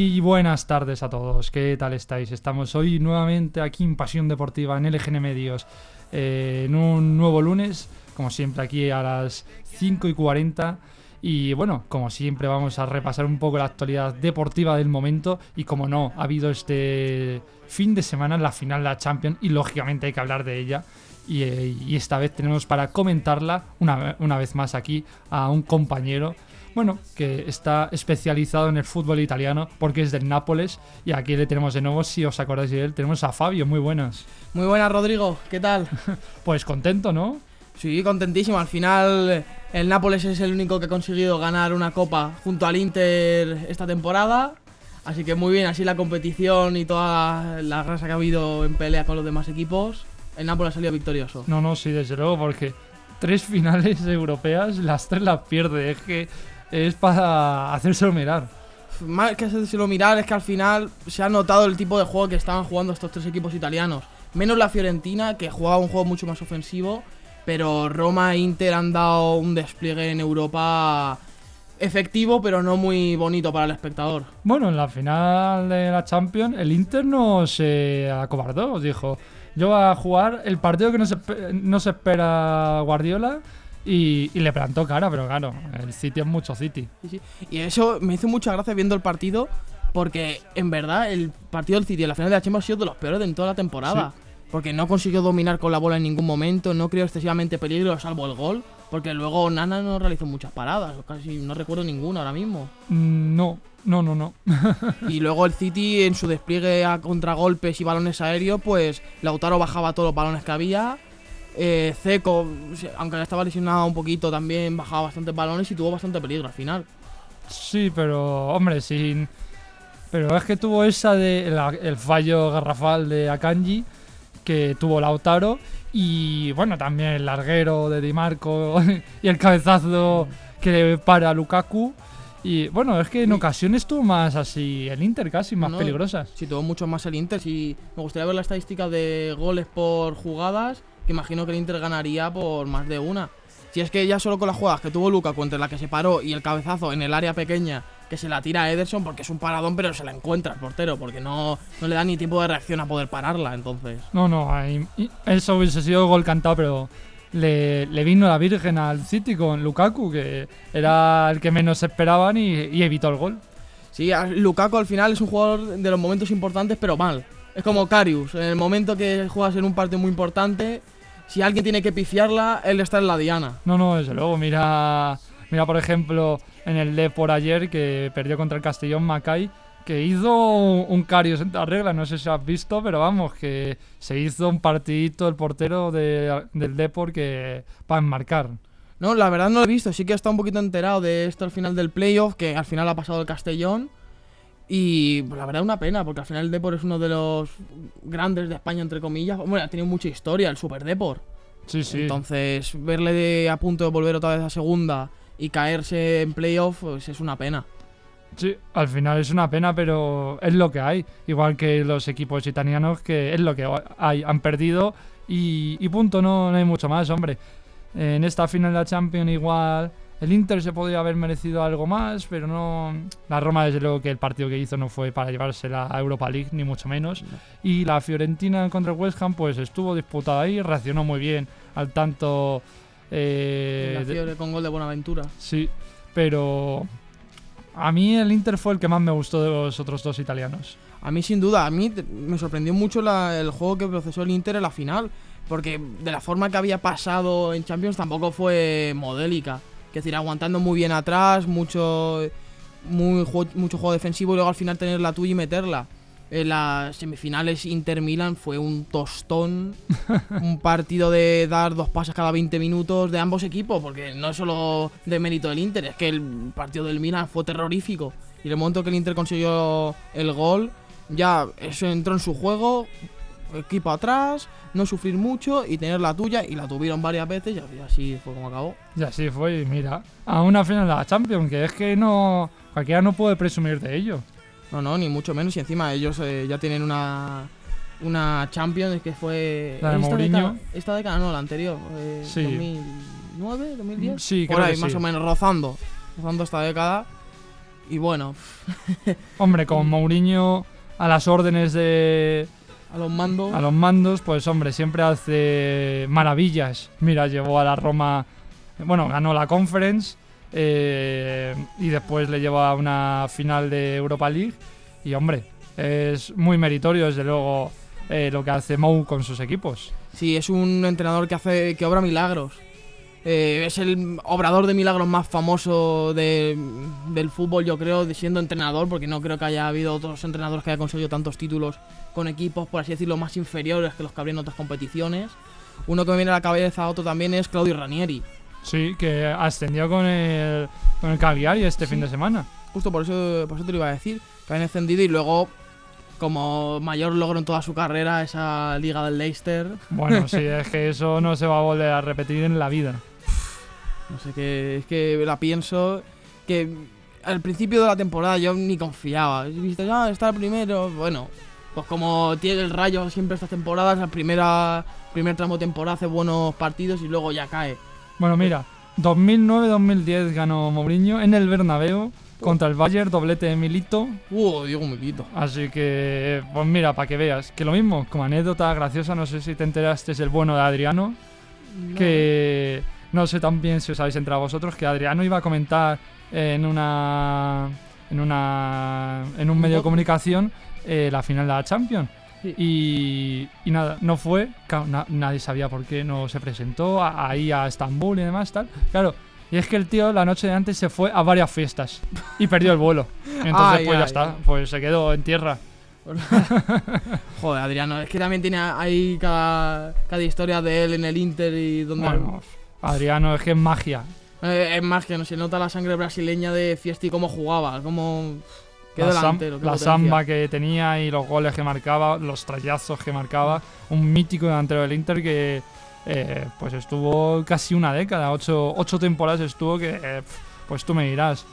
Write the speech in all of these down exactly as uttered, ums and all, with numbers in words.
Muy buenas tardes a todos, ¿qué tal estáis? Estamos hoy nuevamente aquí en Pasión Deportiva en L G N Medios, eh, en un nuevo lunes, como siempre aquí a las cinco y cuarenta. Y bueno, como siempre vamos a repasar un poco la actualidad deportiva del momento. Y como no, ha habido este fin de semana la final de la Champions y lógicamente hay que hablar de ella. Y, eh, y esta vez tenemos para comentarla una, una vez más aquí a un compañero, bueno, que está especializado en el fútbol italiano porque es del Nápoles. Y aquí le tenemos de nuevo, si os acordáis de él, tenemos a Fabio. Muy buenas. Muy buenas, Rodrigo, ¿qué tal? Pues contento, ¿no? Sí, contentísimo. Al final el Nápoles es el único que ha conseguido ganar una copa junto al Inter esta temporada. Así que muy bien, así la competición y toda la grasa que ha habido en pelea con los demás equipos, el Nápoles ha salido victorioso. No, no, sí, desde luego, porque tres finales europeas, las tres las pierde. Es que es para hacérselo mirar. Más que hacérselo mirar, es que al final se ha notado el tipo de juego que estaban jugando estos tres equipos italianos. Menos la Fiorentina, que jugaba un juego mucho más ofensivo. Pero Roma e Inter han dado un despliegue en Europa efectivo, pero no muy bonito para el espectador. Bueno, en la final de la Champions, el Inter no se acobardó. Dijo, yo voy a jugar el partido que no se, no se espera Guardiola. Y, y le plantó cara, pero claro, el City es mucho City. Sí, sí. Y eso me hizo mucha gracia viendo el partido, porque en verdad el partido del City en la final de la Champions ha sido de los peores de en toda la temporada. Sí. Porque no consiguió dominar con la bola en ningún momento, no creó excesivamente peligro, salvo el gol. Porque luego Nana no realizó muchas paradas, casi no recuerdo ninguna ahora mismo. Mm, no, no, no, no. Y luego el City en su despliegue a contragolpes y balones aéreos, pues Lautaro bajaba todos los balones que había. Eh, Ceco, aunque estaba lesionado un poquito, también bajaba bastantes balones y tuvo bastante peligro al final. Sí, pero hombre, sin... Pero es que tuvo esa de la, el fallo garrafal de Akanji que tuvo Lautaro, y bueno, también el larguero de Di Marco y el cabezazo que para Lukaku. Y bueno, es que en ocasiones tuvo más así el Inter, casi más no, peligrosas. Sí, tuvo mucho más el Inter. Sí, me gustaría ver la estadística de goles por jugadas, que imagino que el Inter ganaría por más de una. Si es que ya solo con las jugadas que tuvo Lukaku, entre la que se paró y el cabezazo en el área pequeña, que se la tira a Ederson, porque es un paradón, pero se la encuentra el portero, porque no, no le da ni tiempo de reacción a poder pararla, entonces. No, no, ahí, eso hubiese sido gol cantado, pero le, le vino la virgen al City con Lukaku, que era el que menos esperaban y, y evitó el gol. Sí, Lukaku al final es un jugador de los momentos importantes, pero mal. Es como Karius, en el momento que juegas en un partido muy importante, si alguien tiene que pifiarla, él está en la diana. No, no, desde luego, mira... Mira, por ejemplo, en el Depor ayer, que perdió contra el Castellón, Macay, que hizo un Karius en la regla, no sé si has visto, pero vamos, que se hizo un partidito el portero de, del Depor que para enmarcar. No, la verdad no lo he visto, sí que he estado un poquito enterado de esto al final del playoff, que al final ha pasado el Castellón. Y pues, la verdad una pena, porque al final el Depor es uno de los grandes de España, entre comillas. Bueno, ha tenido mucha historia el Super Depor. Sí, sí. Entonces, verle de, a punto de volver otra vez a segunda y caerse en playoff, pues es una pena. Sí, al final es una pena, pero es lo que hay. Igual que los equipos italianos, que es lo que hay. Han perdido y, y punto, no, no hay mucho más, hombre. En esta final de la Champions igual el Inter se podría haber merecido algo más, pero no. La Roma, desde luego que el partido que hizo no fue para llevarse la Europa League, ni mucho menos. Y la Fiorentina contra el West Ham pues estuvo disputada ahí, reaccionó muy bien al tanto... Eh, la Fiore con gol de Buenaventura. Sí, pero a mí el Inter fue el que más me gustó de los otros dos italianos. A mí sin duda, a mí me sorprendió mucho la, el juego que procesó el Inter en la final, porque de la forma que había pasado en Champions tampoco fue modélica. Es decir, aguantando muy bien atrás, mucho, muy, mucho juego defensivo y luego al final tener la tuya y meterla. En las semifinales Inter-Milan fue un tostón, un partido de dar dos pases cada veinte minutos de ambos equipos, porque no es solo de mérito del Inter, es que el partido del Milan fue terrorífico. Y en el momento que el Inter consiguió el gol, ya eso entró en su juego, equipo atrás, no sufrir mucho y tener la tuya, y la tuvieron varias veces y así fue como acabó. Y así fue, y mira, a una final de la Champions, que es que no cualquiera no puede presumir de ello. No, no, ni mucho menos. Y encima ellos eh, ya tienen una una Champions que fue... La de esta Mourinho. Década, esta década no, la anterior. Eh, Sí. dos mil nueve, dos mil diez. Sí, Por creo ahí, que más sí. o menos, rozando. Rozando esta década. Y bueno, Hombre, con Mourinho a las órdenes de... a los mandos. A los mandos, pues hombre, siempre hace maravillas. Mira, llevó a la Roma... Bueno, ganó la Conference eh, y después le llevó a una final de Europa League. Y hombre, es muy meritorio, desde luego, eh, lo que hace Mou con sus equipos. Sí, es un entrenador que hace que obra milagros. Eh, es el obrador de milagros más famoso de, del fútbol, yo creo, de siendo entrenador, porque no creo que haya habido otros entrenadores que hayan conseguido tantos títulos con equipos, por así decirlo, más inferiores que los que habría en otras competiciones. Uno que me viene a la cabeza, otro también, es Claudio Ranieri. Sí, que ascendió con el, con el Cagliari este Sí. fin de semana. Justo por eso, por eso te lo iba a decir, que habían ascendido y luego, como mayor logro en toda su carrera, esa liga del Leicester. Bueno, sí, es que eso no se va a volver a repetir en la vida. No sé qué, es que la pienso que al principio de la temporada yo ni confiaba. Viste, ah, está el primero. Bueno, pues como tiene el Rayo siempre estas temporadas, la primera primer tramo de temporada hace buenos partidos y luego ya cae. Bueno, mira, dos mil nueve dos mil diez ganó Mourinho en el Bernabéu contra el Bayern, doblete de Milito. Uh, Diego Milito. Así que, pues mira, para que veas, que lo mismo, como anécdota graciosa, no sé si te enteraste, es el bueno de Adriano, No. que no sé también si os habéis enterado vosotros, que Adriano iba a comentar en una en una en un medio de comunicación eh, la final de la Champions. Sí. Y, y nada, no fue, claro, na- nadie sabía por qué no se presentó a- ahí a Estambul y demás, tal. Claro, y es que el tío la noche de antes se fue a varias fiestas y perdió el vuelo. Y entonces, Ay, pues ya ay, está, ay. pues se quedó en tierra. Joder, Adriano, es que también tiene ahí cada, cada historia de él en el Inter y donde... Bueno, Adriano es que es magia. Eh, es más que no se nota la sangre brasileña de fiesta y cómo jugaba, cómo... Qué La, sam- delantero, qué la potencia. samba que tenía y los goles que marcaba, los trayazos que marcaba. Un mítico delantero del Inter que eh, pues estuvo casi una década, ocho, ocho temporadas estuvo que, eh, pues tú me dirás,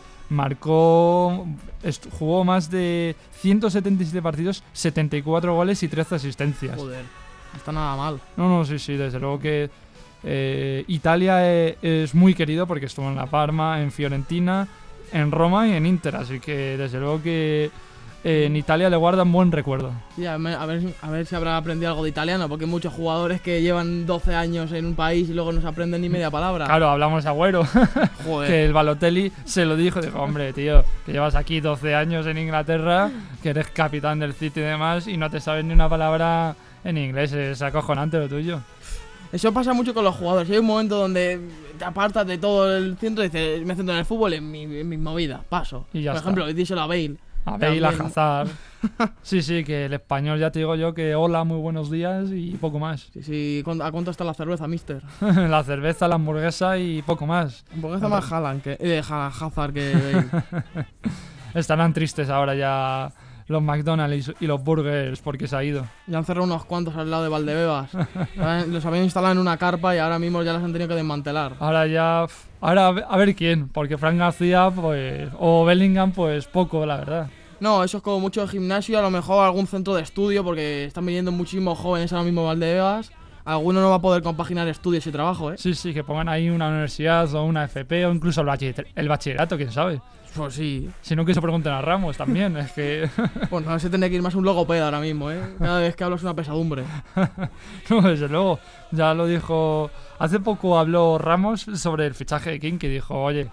marcó, est- jugó más de ciento setenta y siete partidos, setenta y cuatro goles y trece asistencias. Joder, no está nada mal. No, no, sí, sí, desde luego que eh, Italia eh, es muy querido porque estuvo en la Parma, en Fiorentina, en Roma y en Inter, así que desde luego que eh, en Italia le guardan buen recuerdo. Sí, a, me- a ver, a ver si habrá aprendido algo de italiano, porque hay muchos jugadores que llevan doce años en un país y luego no se aprenden ni media palabra. Claro, hablamos de Agüero, Joder. que el Balotelli se lo dijo, dijo, hombre, tío, que llevas aquí doce años en Inglaterra, que eres capitán del City y demás, y no te sabes ni una palabra en inglés, es acojonante lo tuyo. Eso pasa mucho con los jugadores. Hay un momento donde te apartas de todo el centro y dices, me centro en el fútbol, en mi, en mi movida, paso. Y ya Por está. ejemplo, díselo a Bale. A Bale, a También. Hazard. Sí, sí, que el español ya te digo yo que hola, muy buenos días y poco más. Sí, sí, ¿cu- ¿a cuánto está la cerveza, mister? La cerveza, la hamburguesa y poco más. Un poco está más Haaland que, eh, Ha- Hazard que Bale. Estarán tristes ahora ya los McDonald's y los burgers porque se ha ido. Ya han cerrado unos cuantos al lado de Valdebebas. Los habían instalado en una carpa y ahora mismo ya las han tenido que desmantelar. Ahora ya... pf, Ahora a ver- a ver quién, porque Frank García pues o Bellingham pues poco, la verdad. No, eso es como mucho de gimnasio, a lo mejor algún centro de estudio, porque están viniendo muchísimos jóvenes ahora mismo a Valdebebas. Alguno no va a poder compaginar estudios y trabajo, ¿eh? Sí, sí, que pongan ahí una universidad o una F P o incluso el, bachiller- el bachillerato, quién sabe. Pues sí. Si no, que se pregunten a Ramos también, es que... Pues no se tendría que ir más un logopeda ahora mismo, ¿eh? Cada vez que hablo es una pesadumbre. No, desde luego, ya lo dijo... Hace poco habló Ramos sobre el fichaje de King, que dijo, oye,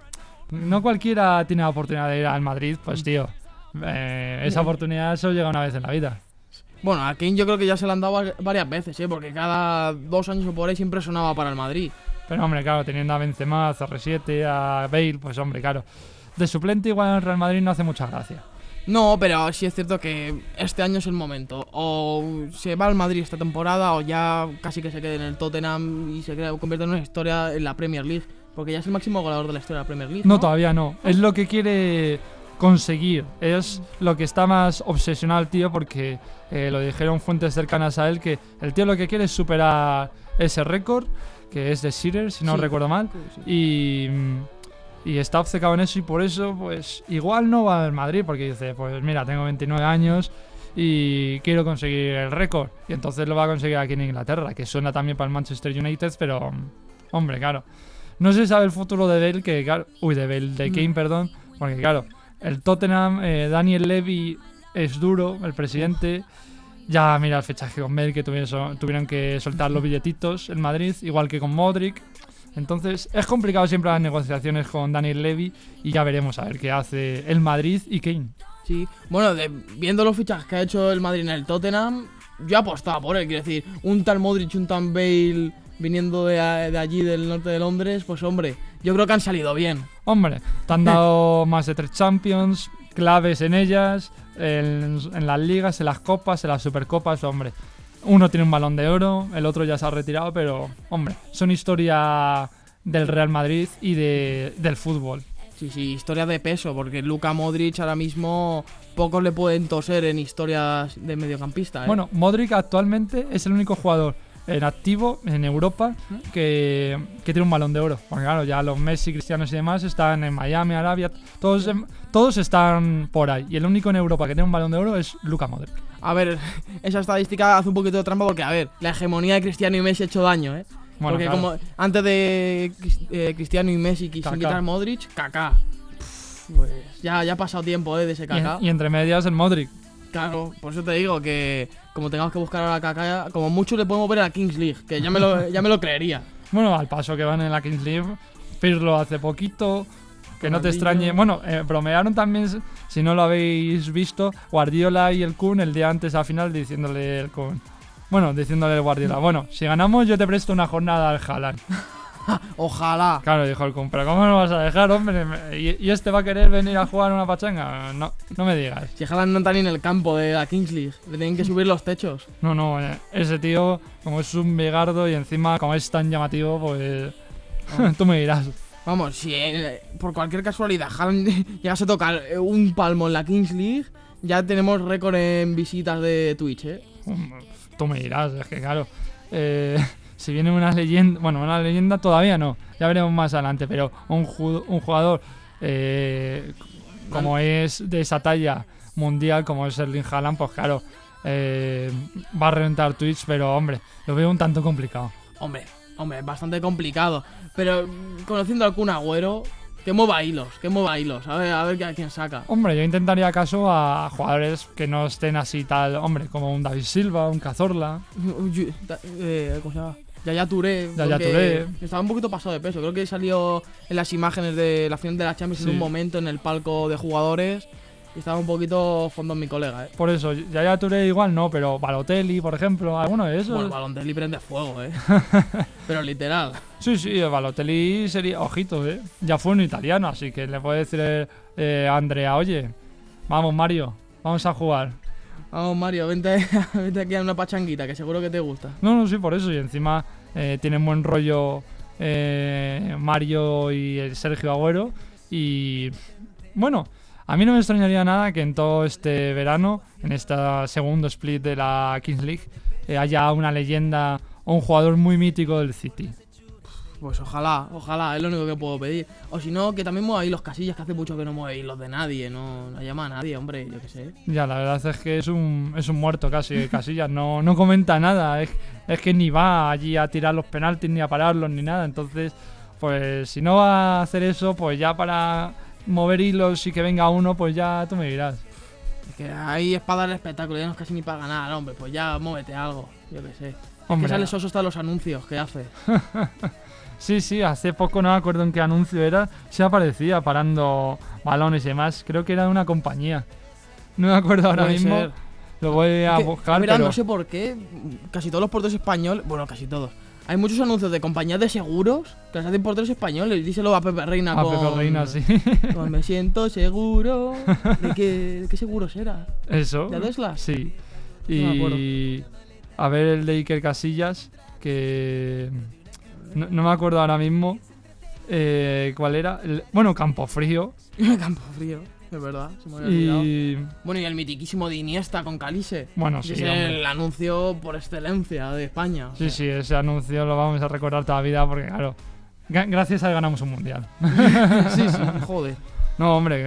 no cualquiera tiene la oportunidad de ir al Madrid, pues tío, eh, esa oportunidad solo llega una vez en la vida. Bueno, a Kane yo creo que ya se le han dado va- varias veces, ¿eh? Porque cada dos años o por ahí siempre sonaba para el Madrid. Pero hombre, claro, teniendo a Benzema, a C R siete, a Bale, pues hombre, claro. De suplente igual en el Real Madrid no hace mucha gracia. No, pero sí es cierto que este año es el momento. O se va al Madrid esta temporada o ya casi que se quede en el Tottenham y se crea- convierte en una historia en la Premier League. Porque ya es el máximo goleador de la historia de la Premier League, No, ¿no? todavía no. Es lo que quiere conseguir. Es lo que está más obsesionado el tío porque eh, lo dijeron fuentes cercanas a él que el tío lo que quiere es superar ese récord, que es de Shearer, si no Sí. recuerdo mal. Sí. Y, y está obcecado en eso y por eso pues igual no va al Madrid porque dice, pues mira, tengo veintinueve años y quiero conseguir el récord. Y entonces lo va a conseguir aquí en Inglaterra, que suena también para el Manchester United, pero hombre, claro. No se sabe el futuro de Bale, que claro, uy, de Bale, de Kane, perdón, porque claro, el Tottenham, eh, Daniel Levy es duro, el presidente. Ya mira el fichaje con Bale, que tuvieron, tuvieron que soltar los billetitos en Madrid, igual que con Modric. Entonces es complicado siempre las negociaciones con Daniel Levy y ya veremos a ver qué hace el Madrid y Kane. Sí, bueno, de, viendo los fichajes que ha hecho el Madrid en el Tottenham, yo apostaba por él, quiero decir, un tal Modric, un tal Bale viniendo de, de allí, del norte de Londres, pues hombre, yo creo que han salido bien. Hombre, te han dado más de tres Champions, claves en ellas, en, en las ligas, en las copas, en las supercopas, hombre. Uno tiene un Balón de Oro, el otro ya se ha retirado, pero, hombre, son historia del Real Madrid y de, del fútbol. Sí, sí, historia de peso, porque Luka Modric ahora mismo pocos le pueden toser en historias de mediocampista, ¿eh? Bueno, Modric actualmente es el único jugador en activo en Europa que, que tiene un Balón de Oro. Porque claro, ya los Messi, Cristianos y demás están en Miami, Arabia, todos, todos están por ahí. Y el único en Europa que tiene un Balón de Oro es Luka Modric. A ver, esa estadística hace un poquito de trampa porque, a ver, la hegemonía de Cristiano y Messi ha hecho daño, ¿eh? Bueno, porque claro. como antes de eh, Cristiano y Messi sin quitar Modric, Kaká. Pues ya, ya ha pasado tiempo, ¿eh? De ese Kaká. Y, y entre medias el Modric. Claro, por eso te digo que como tengamos que buscar ahora a Kaká, como mucho le podemos ver a la Kings League, que ya me lo, ya me lo creería. Bueno, al paso que van en la Kings League, Pirlo hace poquito, que no te extrañe. Bueno, eh, bromearon también, si no lo habéis visto, Guardiola y el Kun el día antes al final diciéndole el Kun. Bueno, diciéndole el Guardiola, bueno, si ganamos yo te presto una jornada al Haaland. Ojalá. Claro, dijo el Kun, pero ¿cómo no vas a dejar, hombre? ¿Y, ¿Y este va a querer venir a jugar una pachanga? No, no me digas. Si Haaland no está ni en el campo de la Kings League, le tienen que subir los techos. No, no, eh, ese tío, como es un bigardo y encima como es tan llamativo, pues oh. Tú me dirás. Vamos, si eh, por cualquier casualidad Haaland llegase a tocar un palmo en la Kings League, ya tenemos récord en visitas de Twitch, ¿eh? Tú me dirás, es que claro, eh, si viene una leyenda, bueno, una leyenda todavía no, ya veremos más adelante, pero un, ju- un jugador eh, como es de esa talla mundial, como es Erling Haaland, pues claro, eh, va a reventar Twitch, pero hombre, lo veo un tanto complicado. Hombre, hombre, es bastante complicado, pero conociendo al Kun Agüero, que mueva hilos, que mueva hilos, a ver, a ver a quién saca. Hombre, yo intentaría caso a jugadores que no estén así tal, hombre, como un David Silva, un Cazorla. Eh, ¿Cómo se llama? Yaya Touré. Yaya Touré. Estaba un poquito pasado de peso. Creo que salió en las imágenes de la final de la Champions sí. En un momento en el palco de jugadores. Y estaba un poquito fondo mi colega, ¿eh? Por eso, Yaya Touré igual no, pero Balotelli, por ejemplo, alguno de esos. Bueno, Balotelli prende fuego, ¿eh? Pero literal. Sí, sí, el Balotelli sería, ojito, ¿eh? Ya fue un italiano, así que le puede decir eh, a Andrea, oye, vamos Mario, vamos a jugar. Vamos Mario, vente, vente aquí a una pachanguita, que seguro que te gusta. No, no, sí, por eso, y encima eh, tienen buen rollo eh, Mario y el Sergio Agüero, y bueno, a mí no me extrañaría nada que en todo este verano, en este segundo split de la Kings League, eh, haya una leyenda o un jugador muy mítico del City. Pues ojalá, ojalá, es lo único que puedo pedir. O si no, que también mueva ahí los Casillas, que hace mucho que no mueve hilos de nadie, no, no llama a nadie, hombre, yo qué sé. Ya, la verdad es que es un, es un muerto casi, Casillas, no, no comenta nada, es, es que ni va allí a tirar los penaltis, ni a pararlos, ni nada, entonces, pues si no va a hacer eso, pues ya para mover hilos y que venga uno, pues ya tú me dirás. Es que ahí es para dar el espectáculo, ya no es casi ni para ganar, hombre, pues ya muévete algo, yo qué sé. Hombre. Que sale soso hasta los anuncios que hace. Sí, sí, hace poco no me acuerdo en qué anuncio era, se aparecía parando balones y demás, creo que era de una compañía. No me acuerdo ahora Puede mismo, ser. lo voy a que, buscar, mira, pero... no sé por qué, casi todos los porteros españoles, bueno, casi todos, hay muchos anuncios de compañías de seguros que las hacen porteros españoles, díselo a Pepe Reina a con... Pepe Reina, sí. Con me siento seguro, ¿de qué, de qué seguros era? Eso. ¿De Tesla? Sí. No y... me acuerdo. A ver el de Iker Casillas, que... No, no me acuerdo ahora mismo eh, cuál era. El, bueno, Campofrío. Campofrío, es verdad. Se me había y... olvidado. Bueno, y el mitiquísimo de Iniesta con Calise. Bueno, sí. Es hombre. el anuncio por excelencia de España. Sí, sea. sí, ese anuncio lo vamos a recordar toda la vida porque, claro, gracias a él ganamos un mundial. Sí, sí, joder. No, hombre.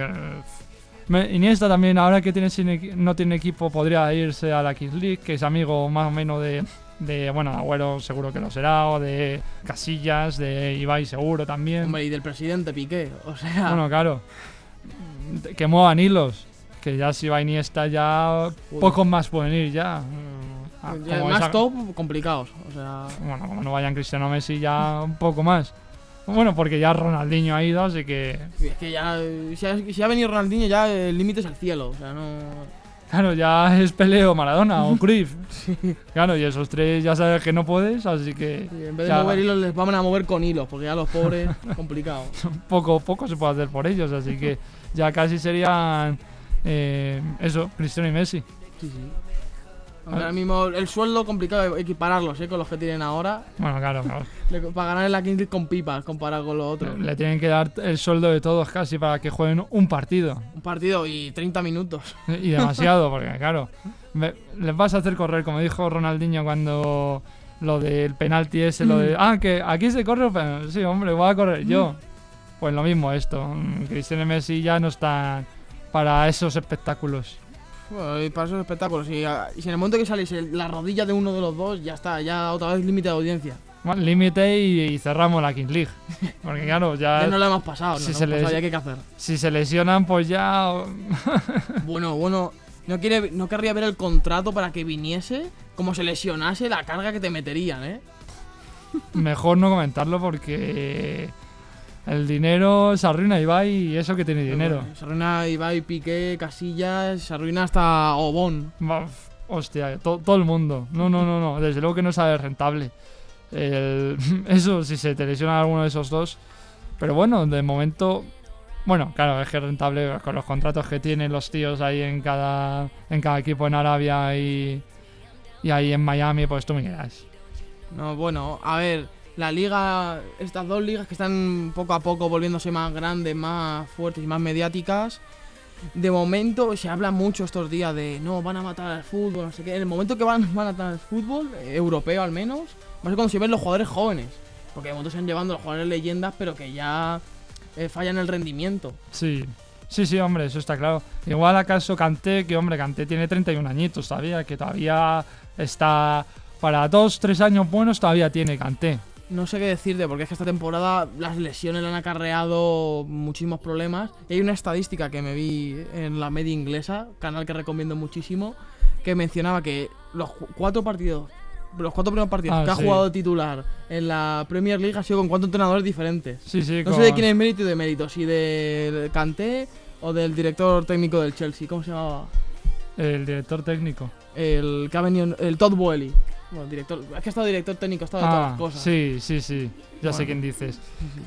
Me, Iniesta también, ahora que tiene sin equi- no tiene equipo, podría irse a la Kings League, que es amigo más o menos de... de bueno, Agüero seguro que lo será, o de Casillas, de Ibai seguro también. Hombre, y del presidente Piqué, o sea... Bueno, claro. que muevan hilos. Que ya si va Iniesta ya Uy. pocos más pueden ir ya. Ah, Ya, como más esa- top, complicados. O sea, Bueno, como no vayan Cristiano Messi ya un poco más. Bueno, porque ya Ronaldinho ha ido, así que es que ya. Si ha, si ha venido Ronaldinho, ya el límite es el cielo. O sea, no. claro, ya es Pelé o Maradona o Cruyff. Claro, y esos tres ya sabes que no puedes, así que Sí, en vez de ya mover hilos, les van a mover con hilos. Porque ya los pobres, complicado. poco, poco se puede hacer por ellos, así que ya casi serían eh, eso, Cristiano y Messi. Sí, sí. Aunque ahora mismo el sueldo complicado equipararlos, ¿eh? Con los que tienen ahora. Bueno, claro, claro. Le- Para ganar en la Kings League con pipas comparado con los otros. Le tienen que dar el sueldo de todos casi para que jueguen un partido. Un partido y treinta minutos. Y demasiado, porque claro, me- les vas a hacer correr, como dijo Ronaldinho cuando lo del penalti ese, lo de, ah, que aquí se corre, pero sí, hombre, voy a correr yo. Pues lo mismo esto, mm, Cristiano y Messi ya no están para esos espectáculos. Bueno, y para esos espectáculos. Y, a- y si en el momento que sale la rodilla de uno de los dos, ya está, ya otra vez límite de audiencia. Bueno, límite y, y cerramos la Kings League. Porque claro, ya Ya no lo hemos pasado, no si lo se hemos les- pasado, ya qué hay que hacer. si se lesionan, pues ya... Bueno, bueno, no, quiere, no querría ver el contrato para que viniese, como se lesionase, la carga que te meterían, ¿eh? Mejor no comentarlo porque el dinero se arruina Ibai y eso que tiene dinero. Se arruina Ibai, Piqué, Casillas, se arruina hasta Obón. Va, f- Hostia, to- todo el mundo. No, no, no, no. Desde luego que no sale rentable. El- eso, si se te lesiona alguno de esos dos. Pero bueno, de momento. Bueno, claro, es que es rentable con los contratos que tienen los tíos ahí en cada, en cada equipo en Arabia y, y ahí en Miami, pues tú me dirás. No, bueno, a ver, la liga, estas dos ligas que están poco a poco volviéndose más grandes, más fuertes y más mediáticas. De momento se habla mucho estos días de no, van a matar al fútbol, no sé qué. En el momento que van, van a matar al fútbol, eh, europeo al menos, va a ser cuando se ven los jugadores jóvenes. Porque de momento se han llevando los jugadores leyendas, pero que ya eh, fallan el rendimiento. Sí, sí, sí, hombre, eso está claro. Igual acaso Kanté, que hombre, Kanté tiene treinta y un añitos todavía, que todavía está para dos, tres años buenos, todavía tiene Kanté. No sé qué decirte, porque es que esta temporada las lesiones le han acarreado muchísimos problemas. Y hay una estadística que me vi en la media inglesa, canal que recomiendo muchísimo, que mencionaba que los cu- cuatro partidos, los cuatro primeros partidos Ah, que ha sí. jugado de titular en la Premier League ha sido con cuatro entrenadores diferentes. Sí, sí, No con- sé de quién es mérito y de mérito, si del Kanté o del director técnico del Chelsea, ¿cómo se llamaba? el director técnico. El que ha venido, el Todd Boehly. Bueno, director, es que ha estado director técnico, ha estado de todas Ah, las cosas. sí, sí, sí. Ya sé Bueno. quién dices.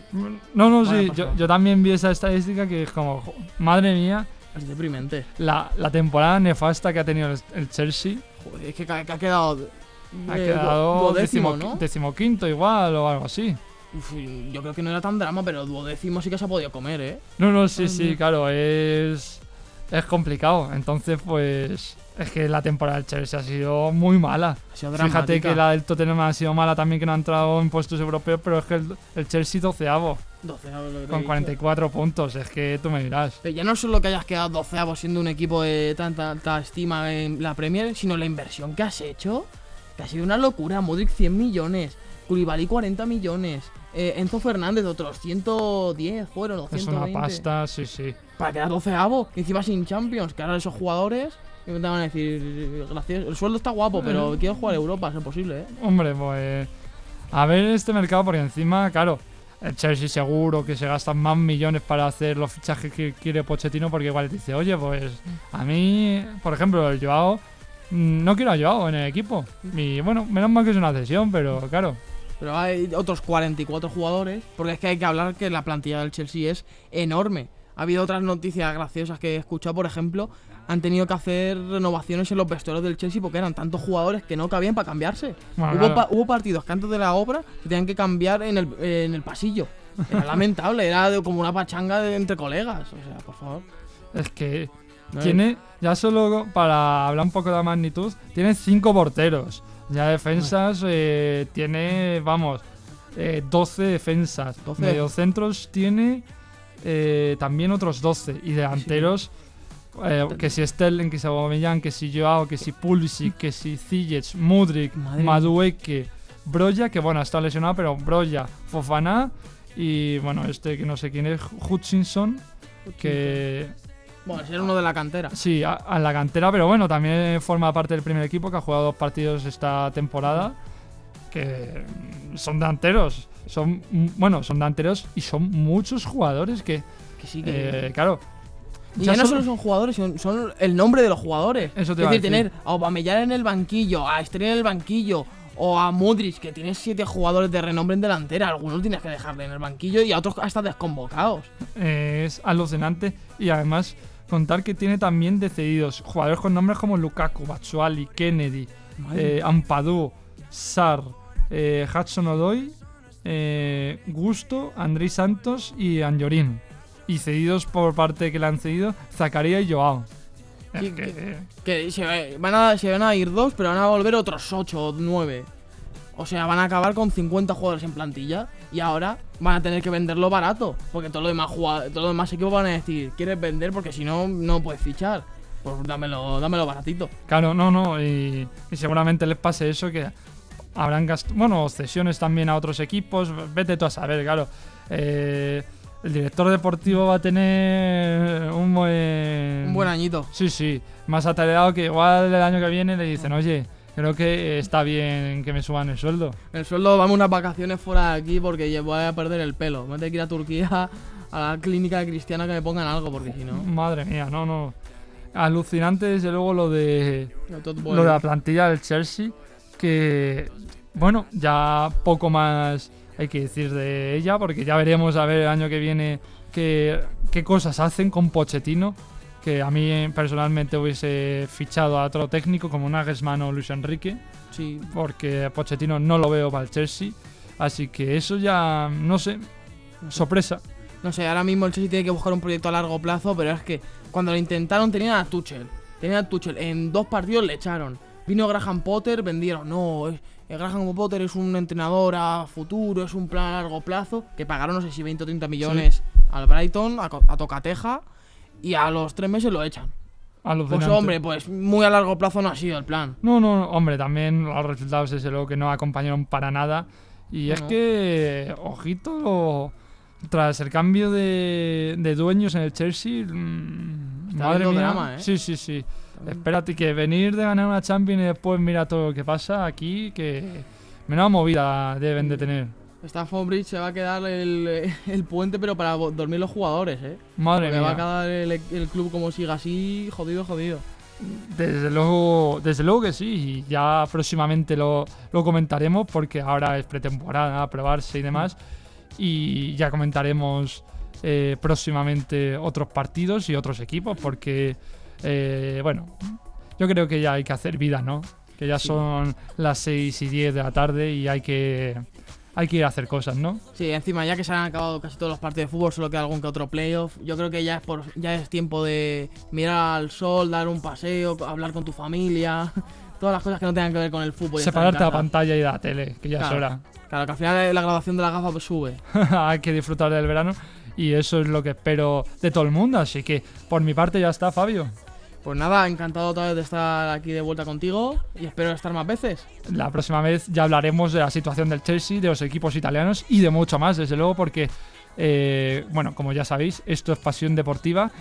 No, no, Vaya sí. pasada. Yo, yo también vi esa estadística que es como, jo, madre mía, Es deprimente. la, la temporada nefasta que ha tenido el, el Chelsea. Joder, es que, ca- que ha quedado. Ha eh, quedado duodécimo, decimo- ¿no? decimoquinto igual o algo así. Uf, yo creo que no era tan drama, pero duodécimo sí que se ha podido comer, ¿eh? No, no, sí, Ay, sí, mira. claro, es, es complicado. Entonces, pues, es que la temporada del Chelsea ha sido muy mala. Ha sido Fíjate dramática. que la del Tottenham ha sido mala también, que no ha entrado en puestos europeos, pero es que el, el Chelsea doceavo, doceavo, lo que te he con dicho. cuarenta y cuatro puntos. Es que tú me dirás. Pero ya no solo que hayas quedado doceavo siendo un equipo de tanta, tanta estima en la Premier, sino la inversión que has hecho, que ha sido una locura. Modric cien millones, Koulibaly cuarenta millones, eh, Enzo Fernández otros ciento diez fueron, o Es ciento veinte. una pasta, sí, sí. Para quedar doceavo, y encima sin Champions, que ahora esos jugadores que me te van a decir, gracias, el sueldo está guapo, pero quiero jugar a Europa, es posible, ¿eh? Hombre, pues, a ver este mercado, porque encima, claro, el Chelsea seguro que se gastan más millones para hacer los fichajes que quiere Pochettino, porque igual dice, oye, pues a mí, por ejemplo, el Joao, mm, no quiero a Joao en el equipo. Y bueno, menos mal que es una cesión, pero claro, Pero hay otros cuarenta y cuatro jugadores, porque es que hay que hablar que la plantilla del Chelsea es enorme. Ha habido otras noticias graciosas que he escuchado, por ejemplo, han tenido que hacer renovaciones en los vestuarios del Chelsea porque eran tantos jugadores que no cabían para cambiarse. Bueno, hubo, claro. pa- hubo partidos que antes de la obra se tenían que cambiar en el, en el pasillo. Era lamentable, era de- como una pachanga de- entre colegas. O sea, por favor. es que No, tiene, ya solo para hablar un poco de la magnitud, tiene cinco porteros. Ya defensas, eh, tiene, vamos, eh, doce defensas. doce. Mediocentros tiene eh, también otros doce. Y delanteros, eh, que si Sterling, que si Aubameyang, que si Joao, que si Pulisic, que si Ziyech, Mudryk, Madre Madueke, Broja, que bueno, está lesionado, pero Broja, Fofana y bueno, este que no sé quién es, Hutchinson, que Bueno, ser uno de la cantera. Sí, a, a la cantera, pero bueno, también forma parte del primer equipo que ha jugado dos partidos esta temporada, que son delanteros. Son, bueno, son delanteros y son muchos jugadores que, Que sí, que. eh, claro. Y ya, ya no solo son jugadores, son, son el nombre de los jugadores. Eso te es iba a decir, decir. tener a Aubameyang en el banquillo, a Sterling en el banquillo, o a Modric, que tienes siete jugadores de renombre en delantera. Algunos tienes que dejarle en el banquillo y a otros hasta desconvocados. Eh, es alucinante. Y además, contar que tiene también de cedidos jugadores con nombres como Lukaku, Batshuayi, Kennedy, eh, Ampadu, Sarr, eh, Hudson-Odoi, eh, Gusto, Andrés Santos y Anjorin. Y cedidos por parte que le han cedido Zakaria y Joao. Sí, Es que, Que se van, a, se van a ir dos, pero van a volver otros ocho o nueve. O sea, van a acabar con cincuenta jugadores en plantilla. Y ahora van a tener que venderlo barato. Porque todos los demás, todos los demás equipos van a decir: ¿quieres vender? Porque si no, no puedes fichar. Pues dámelo, dámelo baratito. Claro, no, no. Y, y seguramente les pase eso, que habrán gastado. Bueno, cesiones también a otros equipos. Vete tú a saber, claro. Eh. El director deportivo va a tener un buen... Un buen añito. Sí, sí. Más atareado que igual el año que viene le dicen, oye, creo que está bien que me suban el sueldo. El sueldo, dame unas vacaciones fuera de aquí porque voy a perder el pelo. Me tengo que ir a Turquía a la clínica de Cristiana que me pongan algo porque si no... Madre mía, no, no. Alucinante desde luego lo de... Lo Lo de la plantilla del Chelsea, que... Bueno, ya poco más... hay que decir de ella, porque ya veremos a ver el año que viene qué, qué cosas hacen con Pochettino, que a mí personalmente hubiese fichado a otro técnico como Nagelsmann o Luis Enrique, Sí. porque Pochettino no lo veo para el Chelsea, así que eso ya, no sé, sorpresa. No sé, ahora mismo el Chelsea tiene que buscar un proyecto a largo plazo, pero es que cuando lo intentaron tenían a Tuchel. Tenían a Tuchel, en dos partidos le echaron. Vino Graham Potter, vendieron, no, es... El Graham Potter es un entrenador a futuro, es un plan a largo plazo, que pagaron no sé si veinte o treinta millones sí. al Brighton, a, a tocateja, y a los tres meses lo echan. Alucinante. Pues hombre, pues muy a largo plazo no ha sido el plan. No, no, hombre, también los resultados desde luego que no acompañaron para nada. Y no, es que, ojito, tras el cambio de, de dueños en el Chelsea, mmm, madre mía. Drama, ¿eh? Sí, sí, sí. Espérate, que venir de ganar una Champions y después mira todo lo que pasa aquí, que menuda movida deben de tener. Stamford Bridge se va a quedar el, el puente, pero para dormir los jugadores, ¿eh? Madre Porque mía. va a quedar el, el club como siga así, jodido, jodido. Desde luego, desde luego que sí, y ya próximamente lo, lo comentaremos porque ahora es pretemporada, a probarse y demás, y ya comentaremos eh, próximamente otros partidos y otros equipos porque... Eh, bueno, yo creo que ya hay que hacer vida, ¿no? Que ya sí. Son las seis y diez de la tarde y hay que hay que ir a hacer cosas, ¿no? Sí, encima ya que se han acabado casi todos los partidos de fútbol, solo queda algún que otro playoff. Yo creo que ya es por ya es tiempo de mirar al sol, dar un paseo, hablar con tu familia, todas las cosas que no tengan que ver con el fútbol. Separarte la pantalla y de la tele, que ya claro, es hora. Claro, que al final la graduación de la gafa pues sube. Hay que disfrutar del verano y eso es lo que espero de todo el mundo, así que por mi parte ya está, Fabio. Pues nada, encantado otra vez de estar aquí de vuelta contigo y espero estar más veces. La próxima vez ya hablaremos de la situación del Chelsea, de los equipos italianos y de mucho más, desde luego, porque, eh, bueno, como ya sabéis, esto es Pasión Deportiva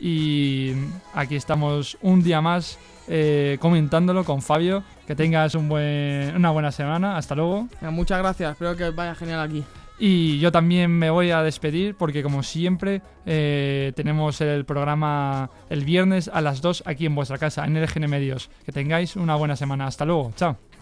y aquí estamos un día más eh, comentándolo con Fabio. Que tengas un buen, una buena semana. Hasta luego. Muchas gracias, espero que vaya genial aquí. Y yo también me voy a despedir porque como siempre eh, tenemos el programa el viernes a las dos aquí en vuestra casa, en L G N Medios. Que tengáis una buena semana. Hasta luego. Chao.